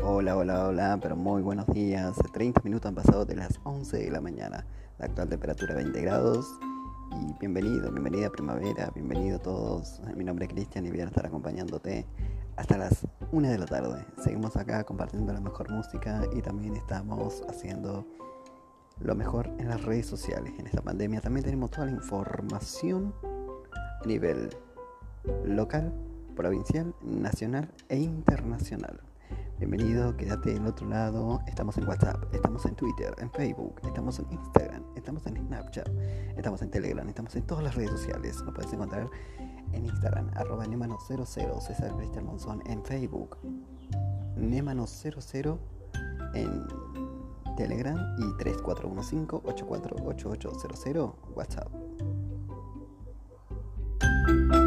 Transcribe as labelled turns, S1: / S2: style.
S1: Hola, hola, hola, pero muy buenos días. 30 minutos han pasado de las 11 de la mañana. La actual temperatura 20 grados. Y bienvenida a primavera, bienvenido a todos. Mi nombre es Cristian y voy a estar acompañándote hasta las 1 de la tarde. Seguimos acá compartiendo la mejor música y también estamos haciendo lo mejor en las redes sociales. En esta pandemia también tenemos toda la información a nivel local, provincial, nacional e internacional. Bienvenido, quédate del otro lado. Estamos en WhatsApp, estamos en Twitter, en Facebook, estamos en Instagram, estamos en Snapchat, estamos en Telegram, estamos en todas las redes sociales. Nos puedes encontrar en Instagram, @nemano00, César Cristian Monzón, en Facebook, Nemano00, en Telegram y 3415-848800 WhatsApp.